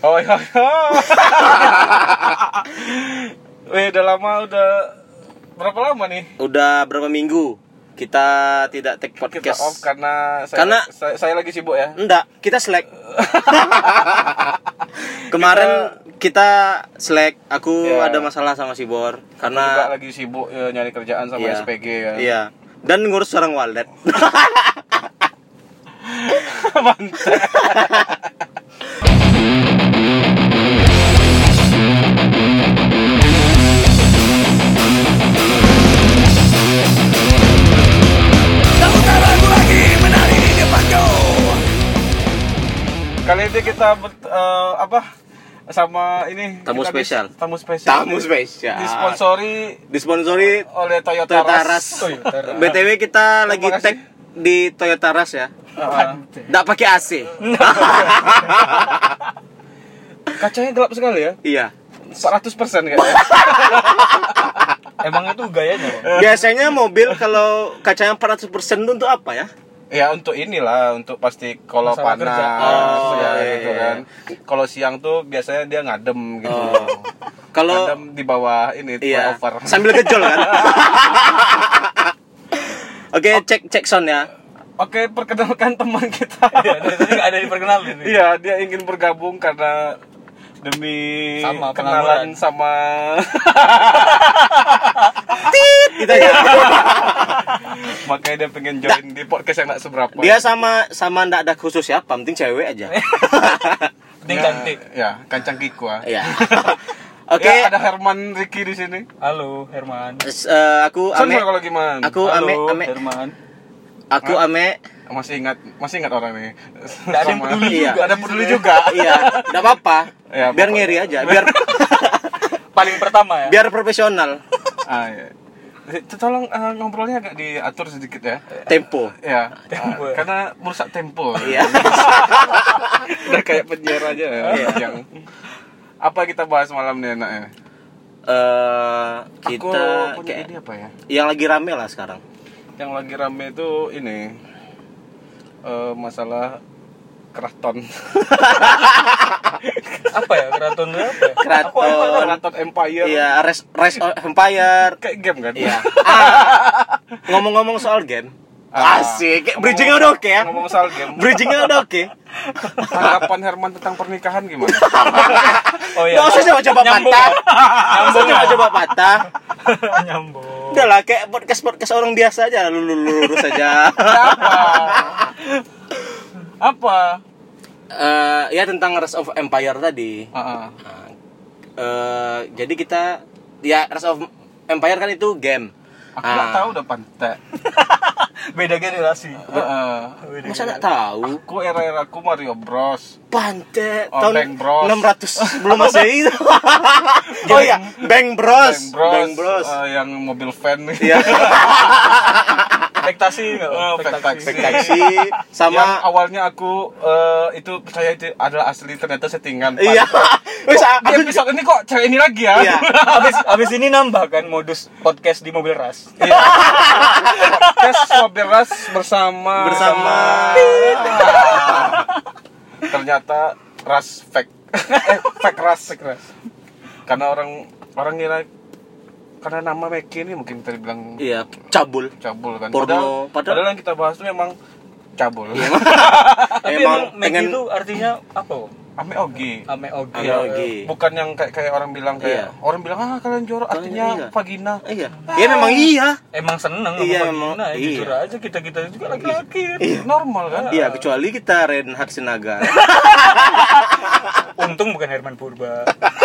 Oh iya. Udah lama, udah berapa lama nih? Udah berapa minggu kita tidak take podcast. Kita off karena saya lagi sibuk ya. Enggak, kita slack. Kemarin kita slack. Aku ada masalah sama Sibor karena juga lagi sibuk nyari kerjaan sama SPG ya. Iya. Dan ngurus orang wallet. Mantap. Kali ini kita sama ini tamu spesial. Disponsori oleh Toyota Rush. BTW kita lagi tag di Toyota Rush ya. Nggak pakai AC. Kacanya gelap sekali ya? Iya. 100% kayaknya. Emang itu gayanya, Bang? Biasanya mobil kalau kacanya 400% itu untuk apa ya? Ya untuk inilah, untuk pasti kalau masalah panas gitu kan. Kalau siang tuh biasanya dia ngadem gitu. Kalau ngadem di bawah ini over. Sambil gejol kan. Oke, cek sound ya. Oke, perkenalkan teman kita. Iya, dari tadi nggak ada diperkenalin. Iya, dia ingin bergabung karena demi sama kenalan sama gitu ya. Makanya dia pengen join di podcast yang gak seberapa. Dia sama ndak ada khusus siapa, penting cewek aja. Penting cantik. Ya, kancang Kiku. Iya. Oke, ada Herman Ricky di sini. Halo, Herman. Aku Ame. Kalau gimana? Aku Halo, Ame. Herman. Aku Ame. Masih ingat orang ini. Enggak ada yang peduli juga. Ada peduli juga. Iya, enggak apa-apa. Ya, biar ngiri aja, biar paling pertama ya. Biar profesional. Iya. Tolong ngobrolnya agak diatur sedikit ya. Tempo. Ya. Karena merusak tempo. Iya. Udah kayak penyiar aja ya. Yang apa kita bahas malam nih enaknya? Kita punya ide apa ya? Yang lagi rame lah sekarang. Yang lagi rame itu ini masalah keraton. Apa ya? Keraton apa ya? Keraton Empire. Iya, Rise of Empire. Kayak game kan? Iya. Ngomong-ngomong soal game. Asik, kayak bridgingnya udah oke ya. Ngomong soal game. Bridgingnya udah oke. Tanggapan Herman tentang pernikahan gimana? Oh iya. Nggak usah coba-coba patah. Coba patah. Nyambung. Udah lah, kayak podcast orang biasa aja, lurus aja. Apa? Ya tentang Rise of Empire tadi. Jadi kita ya Rise of Empire kan itu game. Aku nggak tahu udah pantai. Beda generasi. Masa nggak tahu? Aku era-eraku Mario Bros. Pantai tahun tahun Bang Bros. 600 belum Masehi. Oh iya, Bang Bros. Yang mobil van. Iya. Ekspektasi enggak? Ekspektasi sama yang awalnya aku itu percaya itu adalah asli, ternyata settingan. Iya. Wis di episode ini kok cewek ini lagi ya. Iya. Abis ini nambah kan modus podcast di mobil ras. Iya. Podcast mobil ras bersama. Ternyata ras fake. Fake ras. Karena orang ngira karena nama Meki ini mungkin tadi bilang cabul kan. Padahal yang kita bahas itu memang cabul. Tapi emang Meki itu artinya apa? Ame Ogi. Bukan yang kayak orang bilang orang bilang kalian jorok, artinya vagina. Iya. Ya memang iya. Emang seneng iya, sama vagina. Jujur aja kita juga laki-laki. Iya. Normal kan? Iya, kecuali kita Reinhard Sinaga. Untung bukan Herman Purba.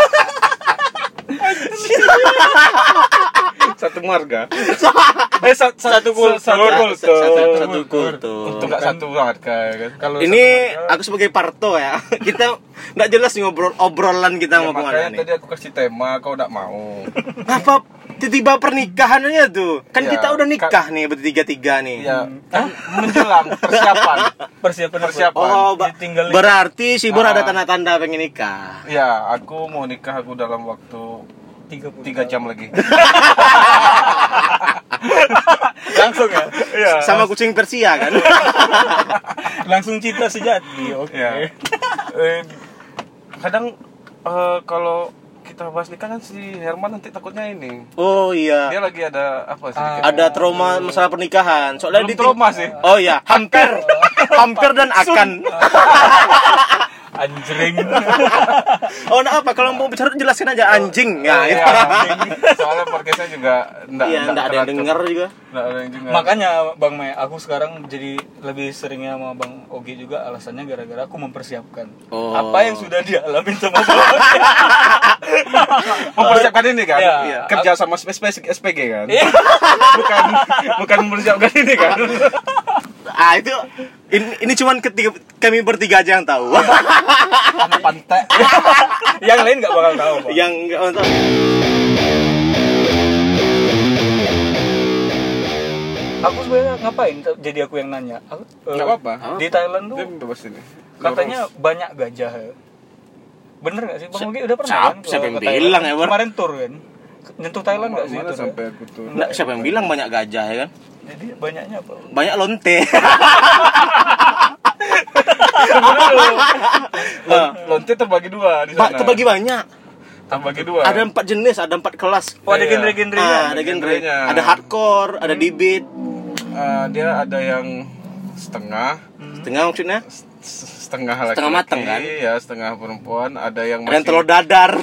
Satu marga. Satu kultur. Untuk nggak satu marga kan. Kalau ini aku sebagai Parto ya. Kita nggak jelas nih obrolan kita mau kemana nih. Tadi aku kasih tema, kau nggak mau. Apa tiba-tiba pernikahannya tuh? Kan kita udah nikah nih bertiga-tiga nih. Iya. Kan menjelang persiapan. Oh, berarti Sibor ada tanda-tanda pengen nikah. Iya, aku mau nikah dalam waktu 3 jam lagi. Langsung ya? Iya. Sama kucing Persia kan? Langsung cinta sejati. Oke. Ya. kadang kalau kita bahas nikah kan si Herman nanti takutnya ini. Oh iya. Dia lagi ada apa sih? Ada trauma masalah pernikahan. Soalnya Belum trauma sih. Oh iya, hampir dan akan. Anjring. Oh, nah apa kalau mau bicara jelaskan aja anjing. Ya, Iya, itu. soalnya podcastnya juga Iya, enggak ada yang denger juga. Enggak ada yang juga. Makanya Bang Me, aku sekarang jadi lebih seringnya sama Bang Ogi juga alasannya gara-gara aku mempersiapkan Oh. apa yang sudah dia alamin sama Bang Ogi. mempersiapkan ini kan? Iya. Kerja sama SPG kan? Iya. bukan mempersiapkan ini kan? Ah, itu ini cuman kami bertiga aja yang tahu. Sama pantai. Yang lain nggak bakal tahu, Bang. Yang enggak tahu. Aku sebenarnya ngapain jadi aku yang nanya? Aku, Nggak apa-apa. Di Thailand tuh Dia bebas ini. katanya banyak gajah ya. Bener nggak sih? Bang Ogi udah pernah kan? siapa yang ke Thailand? bilang ya, Bang? Kemarin tur kan? Nyentuh Thailand nggak sih? Mana tur, ya? sampai aku tuh. Enggak, siapa yang bilang banyak gajah ya kan? Jadi banyaknya apa? Banyak lonte. Lonte terbagi dua di sana. Terbagi banyak. Terbagi dua. Ada 4 jenis, ada 4 kelas. Oh, ada Iya. genre-genrenya. Ada genre. genrenya. Ada hardcore, ada debit. Dia ada yang setengah, Setengah maksudnya? setengah laki-laki, Setengah mateng, kan? ya setengah perempuan. Ada yang Ada yang masih, telur dadar.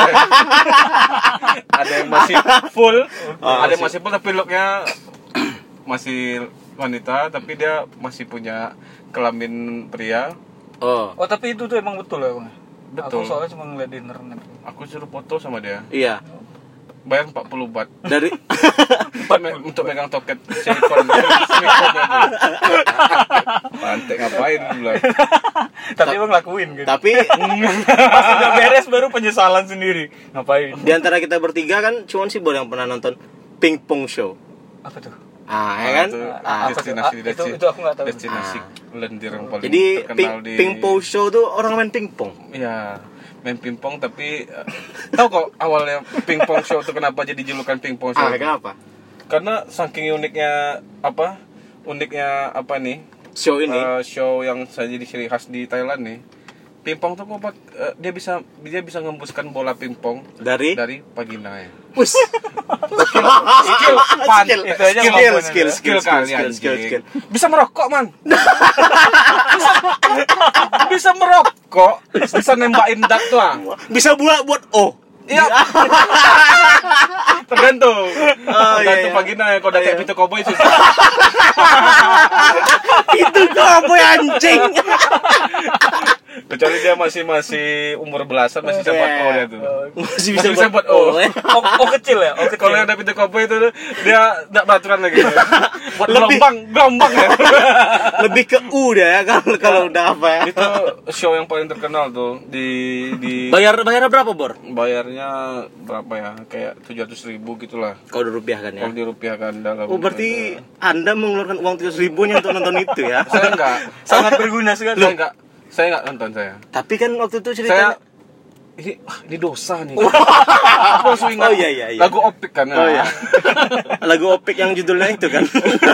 ada yang masih full, Oh, ada yang masih full tapi looknya masih wanita, tapi dia masih punya kelamin pria. Oh. Oh, tapi itu tuh emang betul ya, Bang? Betul. Aku soalnya cuma ngeliat di internet. Aku suruh foto sama dia, Iya. bayar 40 baht. Dari Untuk megang toket silikon silikonnya tuh. Pantek ngapain bilang. Tapi Bang lakuin gitu. tapi Pas udah beres baru penyesalan sendiri. Ngapain? di antara kita bertiga kan cuman si Bor yang pernah nonton Pingpong Show. Apa tuh? Ya kan? Itu apa tuh? Itu aku nggak tahu. Destinasi lendir yang paling Jadi terkenal di Pingpong Show tuh orang main pingpong. Iya, main pingpong tapi tahu kok awalnya pingpong show itu kenapa jadi julukan pingpong show? Kenapa? Karena saking uniknya nih Show ini. show yang saya jadi ciri khas di Thailand nih. Pingpong tuh kok dia bisa ngembuskan bola pingpong Dari vagina ya. Wus. Skill pan Skill. itu aja Skill, kemampuan skill, aja. skill, kalian skill. bisa merokok man bisa merokok bisa nembakin dak tuh Bisa buat iya tergantung iya. vagina ya kalau udah kayak Vito Cowboy susah Itu cowboy anjing. kecuali dia masih umur belasan masih bisa buat O dia tuh Masih Masih bisa buat O. Oh kecil ya? Oh kecil. kalau yang ada Vito Cowboy itu dia nggak peraturan lagi buat Lebih- gelombang ya Lebih ke U dia ya kalau udah apa ya. itu show yang paling terkenal tuh di Bayarnya berapa, Bor? bayarnya berapa ya kayak 700.000 gitulah Kalau dirupiahkan ya. kalau dirupiahkan dalam Oh, berarti Anda mengeluarkan uang 700.000 untuk nonton itu ya. saya enggak Sangat berguna sekali. saya enggak nonton saya Tapi kan waktu itu ceritanya ini dosa nih aku langsung ingat Oh, iya. lagu Opik kan Oh iya. Lagu Opik yang judulnya itu kan.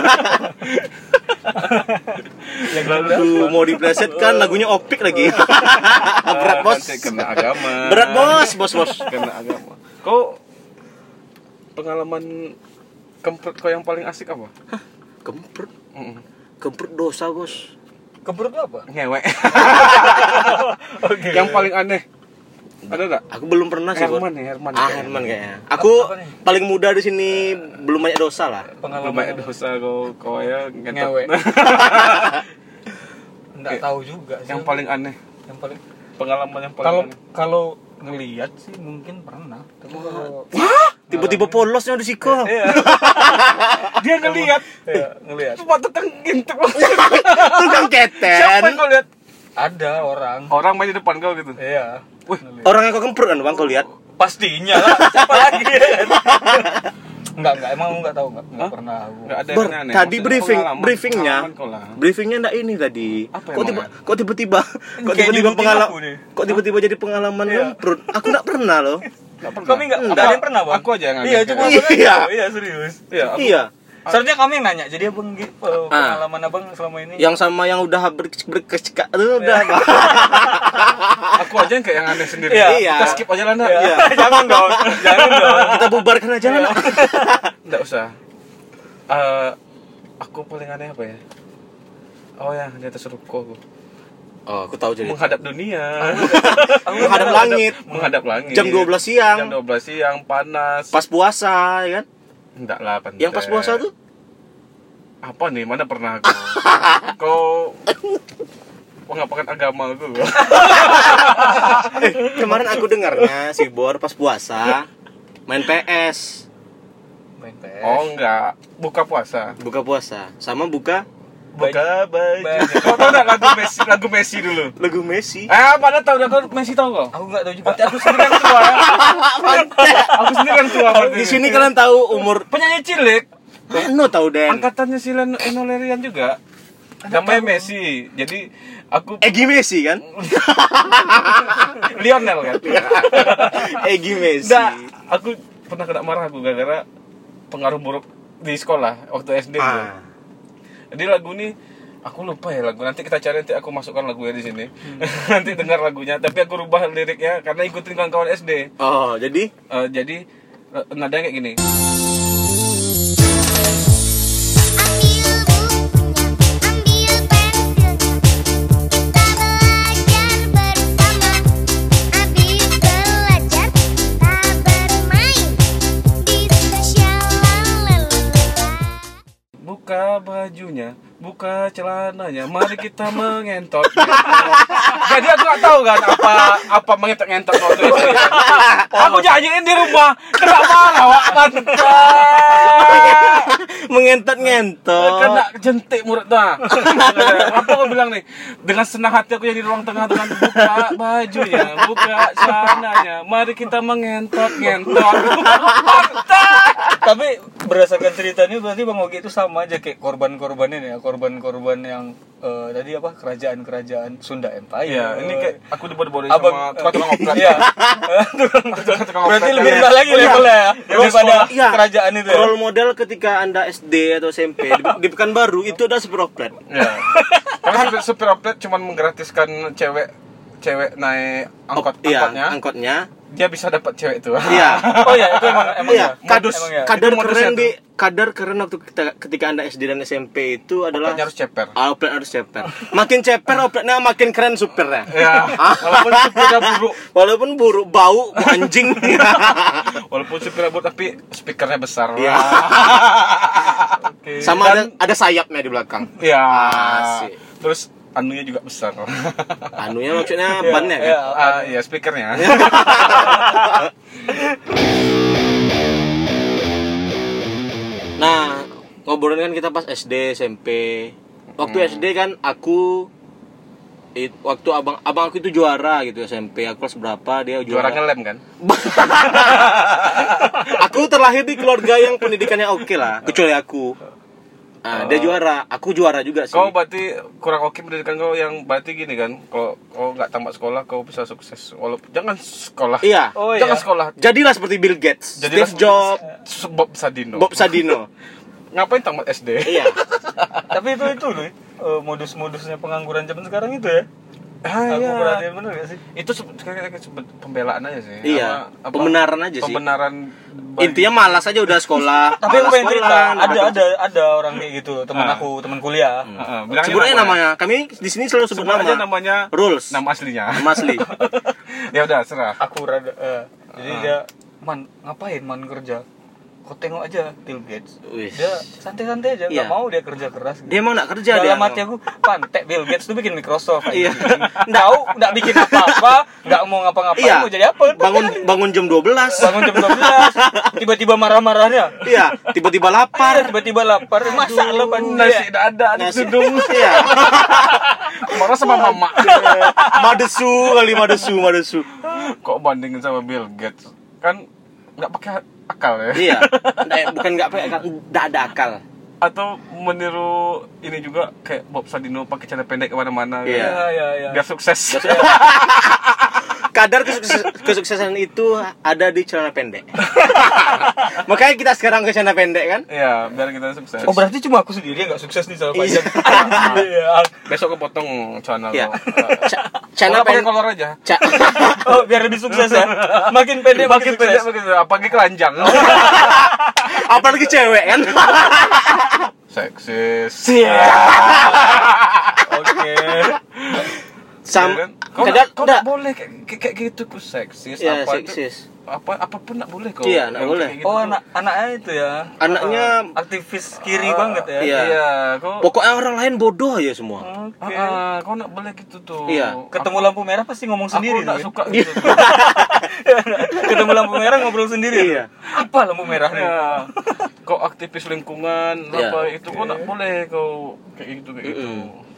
Lagu mau diplesetkan lagunya Opik lagi. Berat, Bos. Nanti kena agama Berat, bos. kena agama kau pengalaman kemprut kau yang paling asik apa Kemprut. Mm-mm. Kemprut dosa, Bos. Kemprut lu apa? ngewek Oke. yang paling aneh ada nggak Aku belum pernah sih, Bor. Herman Herman kayaknya. Aku Apa nih? paling muda di sini, belum banyak dosa lah. belum banyak dosa kau ya Ngewek. Nggak tahu juga sih. yang paling aneh Yang paling pengalaman yang paling kalau aneh kalau ngelihat sih mungkin pernah. Tapi kalau Tiba-tiba polosnya di siko. iya, dia ngelihat iya, ngelihat. cuma teteng ngintip Tukang siapa yang keten. kau lihat Ada orang. orang main di depan kau gitu Iya. wih Orang yang kau kemprut kan, Bang, kau lihat. Pastinya lah. Siapa lagi kan? Enggak, emang enggak tahu enggak pernah aku. nggak ada Bor, yang aneh tadi Maksudnya briefingnya pengalaman kau lah. briefingnya enggak ini tadi. Apa Kok emang tiba-tiba Kayak nyebutin pengalaman. aku nih. Kok tiba-tiba jadi pengalaman Iya. kemprut? Aku enggak pernah loh. Nggak pernah. Kami enggak ada yang pernah, Bang. Aku aja yang Iya, aneh. cuma Iya. iya serius. iya aku Iya. Seharusnya kami yang nanya. Jadi abang pengalaman abang selama ini. Yang sama yang udah berkecek itu udah. Aku aja yang kayak yang aneh sendiri. Iya. Kita skip aja lah, Nak. Iya. Jangan dong. Kita bubarkan aja lah. Enggak usah. Aku paling aneh apa ya? Oh ya, di atas ruko aku. Oh, aku tahu jadi. Menghadap dunia. Menghadap langit. Menghadap langit. Jam 12 siang. Jam 12 siang panas. Pas puasa, ya kan? Enggak lah, Pantai. Yang pas puasa tuh? Apa nih? Mana pernah aku? Kau mengapakan agama aku? Kemarin aku dengarnya si Bor pas puasa main PS. Main PS. Oh enggak, buka puasa. Buka puasa sama buka Buka baju. Kau tahu enggak lagu Messi dulu? lagu Messi. Mana tahu enggak Messi tahu kau? Aku enggak tahu juga. Berarti aku sendiri yang tua. Aku sendiri yang tua. Di sini kalian tahu umur penyanyi cilik. Anu tahu Den. Angkatannya si Eno Lerian juga. Namanya Messi. Jadi aku Egi Messi kan? Lionel kan. Egi Messi. Nggak, aku pernah kena marah aku gara-gara pengaruh buruk di sekolah waktu SD tuh. Jadi lagu ini aku lupa ya lagu. Nanti kita cari, nanti aku masukkan lagunya di sini. Nanti dengar lagunya, tapi aku rubah liriknya karena ikutin kawan-kawan SD. Oh, jadi Nadanya kayak gini. Buka bajunya, buka celananya, mari kita mengentot. Jadi aku gak tahu kan apa mengentot-ngentot waktu itu. Aku nyanyiin di rumah, kena marah wak mengentot-ngentot. kena jentik murid tuh. Apa aku bilang nih? Dengan senang hati aku yang di ruang tengah dengan buka bajunya, buka celananya, mari kita mengentot-ngentot. Tapi berdasarkan ceritanya berarti Bang Ogi itu sama aja kayak korban-korban ini ya, korban-korban yang tadi apa kerajaan-kerajaan Sunda Empire. Iya, ini kayak aku dibodoh-bodohin Abang- sama tukang-tukang oplat. Iya. Tukang-tukang Berarti oplat. lebih rendah lagi levelnya ya daripada Iya. kerajaan itu ya. Role model ketika Anda SD atau SMP di Pekanbaru itu ada supir oplet. Iya. Karena supir oplet cuma menggratiskan cewek naik angkotnya, angkotnya. dia bisa dapat cewek itu. Iya. Oh iya, itu emang Iya, ya. Modus. Emang ya. kadar Itu modusnya keren tuh. di kadar keren waktu ketika Anda SD dan SMP itu adalah Opletnya harus ceper. Oplet harus ceper. Makin ceper opletnya makin keren supirnya. Ya, walaupun supirnya buruk, Walaupun buruk bau anjing. walaupun supirnya buruk tapi speakernya besar. Iya. Oke. Sama ada sayapnya di belakang. Iya. Asik. Terus anunya juga besar. Anunya maksudnya bannya kan? Iya, speakernya. Nah, ngobrolin kan kita pas SD, SMP. Waktu SD kan waktu abang aku itu juara gitu SMP. Aku kelas berapa dia Juara juara. ngelem kan? Aku terlahir di keluarga yang pendidikannya oke lah, kecuali aku. Nah, dia juara, aku juara juga sih. Kau berarti kurang oke pendidikan kau yang berarti gini kan? Kalau kau nggak tamat sekolah, kau bisa sukses. Walaupun jangan sekolah. Iya. Oh, Jangan iya. sekolah. Jadilah seperti Bill Gates, Jadilah Steve Jobs, Bob Sadino. Bob Sadino. Ngapain tamat SD? Iya. Tapi itu loh, modus-modusnya pengangguran zaman sekarang itu ya. Aku Iya. perhatiin bener gak sih? Itu kayak pembelaan aja sih. Iya, Apa- pembenaran aja sih. Pembenaran. Intinya malas aja udah sekolah. Tapi aku malas pengen cerita, sekolah. ada orang kayak gitu, teman aku, teman kuliah. Bilangnya Sebut aja namanya. Kami di sini selalu sebut Sebut aja nama. namanya. Rules. Nama aslinya. Nama asli. Ya udah, serah. Aku rada jadi dia ngapain kerja? Kau tengok aja Bill Gates. Wih. Dia santai-santai aja, Iya. nggak mau dia kerja keras. Gitu. Dia emang nak kerja dia. Dalam hati aku, pantek Bill Gates tuh bikin Microsoft. Iya. Nggak bikin apa-apa, nggak mau ngapa-ngapain, Iya. mau jadi apa? Bangun jam 12. Bangun jam 12, tiba-tiba marah-marahnya. Iya, tiba-tiba lapar. Tiba-tiba lapar, masak lah pan. Nasi dada di Nasi tudung. Iya. Marah sama mama. Madesu. Kok bandingin sama Bill Gates? Kan nggak pakai akal ya. Iya. Bukan enggak pakai akal, enggak ada akal. Atau meniru ini juga kayak Bob Sadino pakai celana pendek kemana-mana. Iya. Iya. Biar sukses. sadar kesuksesan itu ada di celana pendek. Makanya kita sekarang ke celana pendek kan? Iya, biar kita sukses. Oh berarti cuma aku sendiri yang gak sukses nih sama panjang. Iya. Besok aku potong celana Iya. lo. Celana Pakai pendek. kolor aja. Oh biar lebih sukses ya. Makin pendek makin sukses. Pakai keranjang. Apalagi cewek kan? Seksis. Oke. Kau kadang nggak boleh kayak gitu ku seksis ya, apa itu seksis. apapun nggak boleh kok. Iya, nggak boleh. Gitu Oh tuh. anaknya itu ya. Anaknya Aktivis kiri banget ya. iya. Iya, kau pokoknya orang lain bodoh aja semua. Oke. kau nggak boleh gitu tuh. Iya. Ketemu lampu merah pasti ngomong sendiri. Aku nggak tuh, suka gitu. tuh. Ketemu lampu merah ngobrol sendiri. Iya. Apa lampu merah nih? Iya. Kau aktivis lingkungan Iya. apa itu kau nggak boleh kau kayak gitu gitu.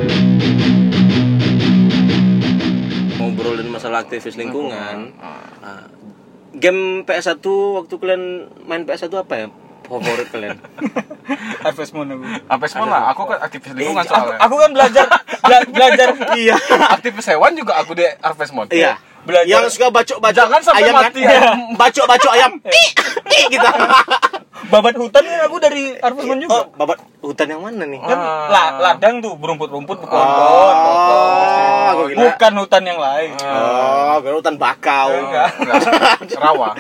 Ngobrolin masalah aktivis lingkungan. Nah, game PS1 waktu kalian main PS1 apa ya? Favorit kalian? Harvest Moon aku. Apa semua lah, aku kan aktivis lingkungan Aku, soalnya. aku kan belajar Iya. Aktivis hewan juga aku di Harvest Moon. Iya. Belajar. Yang suka bacok-bacok Jangan sampai ayam mati, kan? ya. Bacok-bacok ayam. Gitu. babat hutan kan aku dari Harvest Moon juga. Oh, babat hutan yang mana nih? Kan ladang tuh berumput-rumput Oh, berkebun. aku kira. Bukan hutan yang lain. Oh, kira hutan bakau. Enggak. Rawa.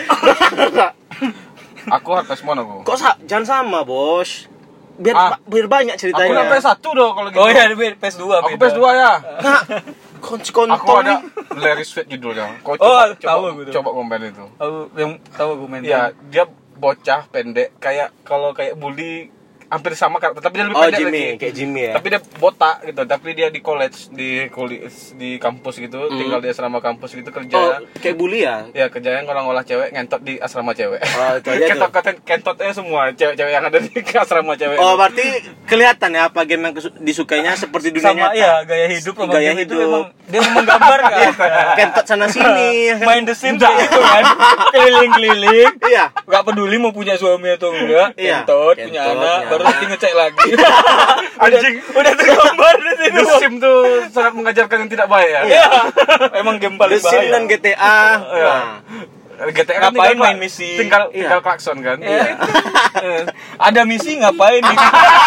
Aku Harvest Moon aku. Kok jangan sama, Bos. Biar biar banyak Aku ceritanya. udah PS1 dong kalau gitu. Oh iya, PS2 Aku PS2 ya. Nah, kunci-kontong. Aku ada Larry Sweet judulnya. Kau Oh, coba tahu aku tuh. coba komen itu. Aku yang tahu aku main. Iya, dia bocah pendek kayak kalau kayak bully hampir sama karakter tapi dia lebih Oh, pendek Jimmy, lagi. kayak Jimmy ya. Tapi dia botak gitu, tapi dia di college, di kampus gitu, tinggal di asrama kampus gitu Oh, kerja. kayak bully ya? Ya kerjanya ngolah-ngolah cewek ngentot di asrama cewek. Oh, itu aja tuh. Kentotnya semua cewek-cewek yang ada di asrama cewek. Oh, itu. berarti kelihatan ya apa game yang disukainya seperti dunia sama nyata. ya gaya hidup sama Gaya game itu hidup. memang dia menggambar kan. Kentot sana sini. Main The Sims kayak gitu kan. Keliling-keliling. Iya. Gak peduli mau punya suami atau enggak, Iya. kentot, punya Kentot, anak, punya baru anak. nanti ngecek lagi. Anjing. Udah tergambar di situ. The Sim tuh sangat mengajarkan yang tidak baik ya. Iya. Emang game paling The Sims bahaya. dan GTA. Iya. Nah, GTA kan Ngapain tinggal main misi? Tinggal Iya. klakson kan. Iya. Ada misi ngapain nih?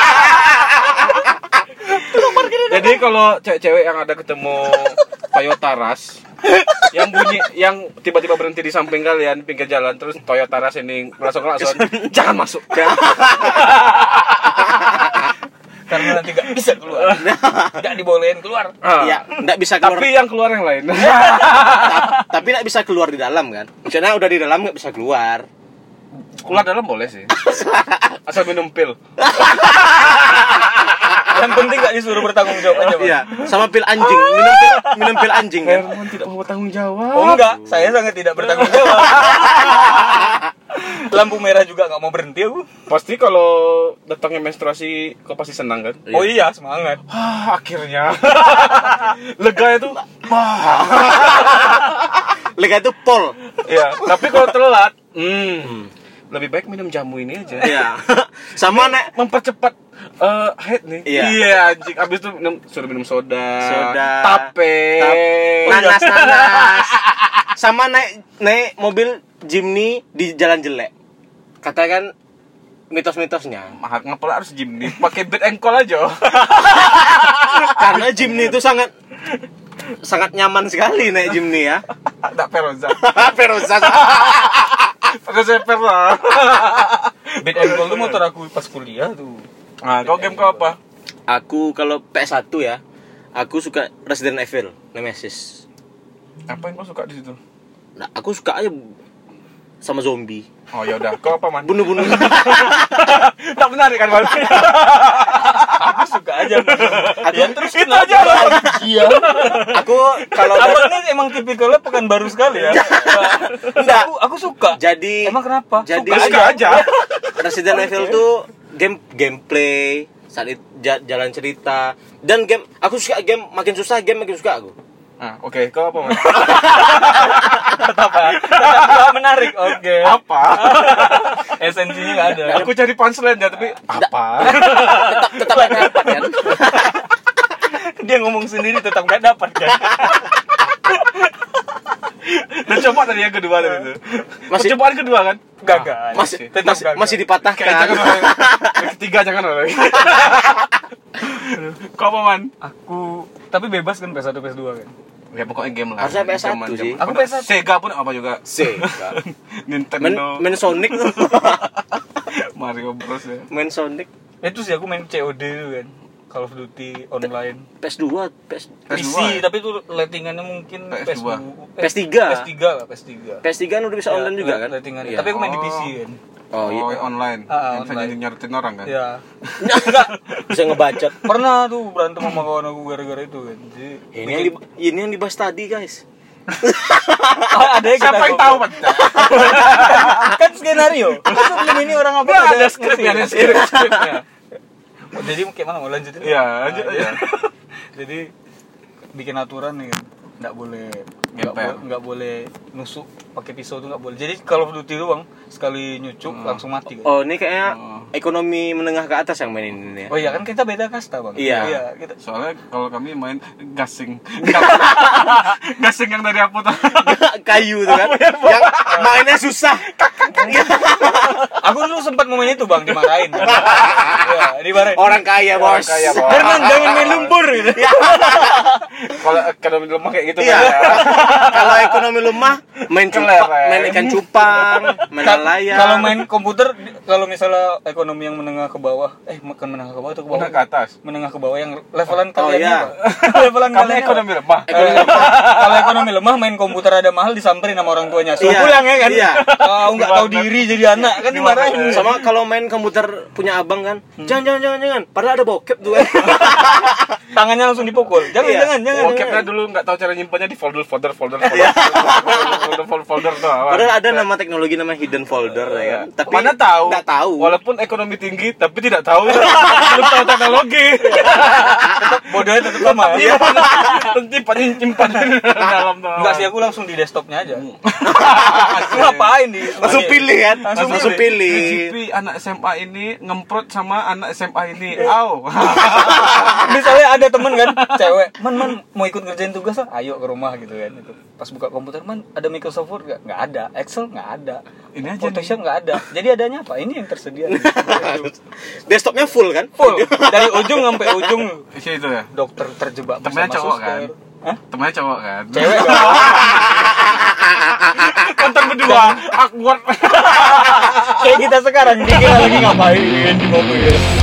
Jadi kalau cewek-cewek yang ada ketemu Toyota Rush yang bunyi yang tiba-tiba berhenti di samping kalian pinggir jalan terus Toyota Rush ini langsung jangan masuk. Karena nanti gak bisa keluar. Gak dibolehin keluar. iya, enggak bisa keluar. Tapi yang keluar yang lain. Tapi enggak bisa keluar di dalam kan? Misalnya udah di dalam enggak bisa keluar. Keluar dalam boleh sih. Asal minum pil. Yang penting gak disuruh bertanggung jawab aja, Bang. Iya, sama pil anjing, minum pil anjing kan. Herman tidak mau bertanggung jawab. Oh enggak, saya sangat tidak bertanggung jawab. Lampu merah juga gak mau berhenti aku. Pasti kalau datangnya menstruasi kau pasti senang kan? Oh iya, semangat. Akhirnya. Lega itu. Lega itu pol. Iya, tapi kalau telat, lebih baik minum jamu ini aja. Iya. Sama nek Mempercepat head nih. Iya. Anjing. Abis itu suruh minum soda. Soda. Tape. nanas. Sama naik mobil Jimny di jalan jelek. Katakan mitos-mitosnya. Ngapa harus gym nih? Pakai bed ankle aja. Karena Jimny itu sangat nyaman sekali naik Jimny ya. Tak Peroza. Feroza. Pakai seper lah. Bed and Gold tuh motor aku pas kuliah tuh. Nah, kau game kau apa? Aku kalau PS1 ya, aku suka Resident Evil, Nemesis. Apa yang kau suka di situ? Nah, aku suka aja sama zombie. Oh ya udah, kau apa man? Bunuh-bunuh. Tak menarik kan man? Aku suka aja. Ya terus Itu aja. Iya. Aku kalau Abang ini emang tipikalnya pekan baru sekali ya. Enggak. Aku suka. jadi Emang kenapa? Jadi Suka aja. Resident Evil tuh gameplay, saat jalan cerita dan game. Aku suka game, makin susah game makin suka aku. Nah, oke, kau apa man? Tetap gak menarik. Oke. Apa? Esensinya gak ada. Aku cari punchline ya, tapi apa? Tetap gak dapat kan? Dia ngomong sendiri tetap gak dapat kan. Coba tadi yang kedua tadi itu. Masih- Percobaan kedua kan? Gagal. Tetap gagal. masih Kayak dipatahkan. jangan orang. Yang ketiga jangan orang. Kau apa man? Aku tapi bebas kan PS1 PS2 kan. Ya pokoknya game lah. Harusnya PS1 Zaman- sih. Aku PS1. Sega pun apa juga. Sega. Nintendo, Main Sonic tuh. Mario Bros ya. Main Sonic. Itu sih aku main COD itu kan. Call of Duty online. PS2, PS PC, ya? tapi itu ratingannya mungkin PS2. PS3 lah, PS3. PS3 kan udah bisa online juga kan? Ratingannya. Iya. Tapi aku main di PC kan. Oh, iya. online. Ah, Yang bisa online. nyarutin orang kan? Ya. Bisa ngebacot. Pernah tuh berantem sama kawan aku gara-gara itu kan. Jadi Ini yang dibahas tadi, guys. ada yang Siapa yang tahu, Pak? kan skenario. Kan sebelum ini orang apa Nggak ada skripnya, ada skripnya. Jadi kayak mana mau lanjutin? Iya, lanjut aja. Jadi bikin aturan nih kan. Nggak boleh nusuk pakai pisau tuh nggak boleh. Jadi kalau Duty doang sekali nyucuk langsung mati kan. Oh, ini kayaknya ekonomi menengah ke atas yang main ini ya. Oh iya kan kita beda kasta bang. Iya. Kita. Soalnya kalau kami main gasing. Gasing yang dari apa tuh? Kayu tuh kan. Yang mainnya susah. Aku dulu sempat mau main itu bang, dimarahin. Iya, dimarahin. Orang kaya, bos. Herman jangan main lumpur gitu. Kalau ekonomi lemah kayak gitu Iya. kan. Kalau ekonomi lemah, main cupang, Kelereng. main ikan cupang, main layar. Kalau main komputer, kalau misalnya ekonomi yang menengah ke bawah, bukan menengah ke bawah atau ke bawah? Menengah ke atas. Menengah ke bawah yang levelan Oh, kalian iya. apa? Levelan Kami kalian ekonomi apa? lemah. Kalau ekonomi lemah main komputer ada mahal disamperin sama orang tuanya. Suruh Iya. pulang ya kan? Iya. Kau nggak tahu diri jadi anak kan dimarahin. Sama kalau main komputer punya abang kan, jangan. Padahal ada bokep tuh. Tangannya langsung dipukul. Jangan Iya. jangan. Bokepnya dulu nggak tahu cara nyimpannya di folder tuh. Padahal ada nama teknologi namanya hidden folder ya kan. Tapi Mana tahu? Nggak tahu. Walaupun ekonomi tinggi, tapi tidak tahu. Belum tahu teknologi. Bodohnya tetap sama. Iya, nyimpan di dalam tuh. Enggak sih, aku langsung di desktopnya aja. Aku ngapain di Langsung pilih kan? Langsung pilih. GP anak SMA ini ngemprot sama anak SMA ini. Au. Misalnya ada temen kan cewek, man mau ikut ngerjain tugas lah, ayo ke rumah gitu kan. Itu pas buka komputer, man ada Microsoft Word nggak ada, Excel nggak ada, Ini aja Photoshop nggak ada. Jadi adanya apa? Ini yang tersedia. Desktopnya full kan? Full dari ujung sampai ujung. Isi itu ya. Dokter terjebak Temennya bersama cowok suster. kan? Hah? Temennya cowok kan? Cewek kan? Nonton berdua. Awkward. Kayak kita sekarang, dikira lagi ngapain? Ngobrol.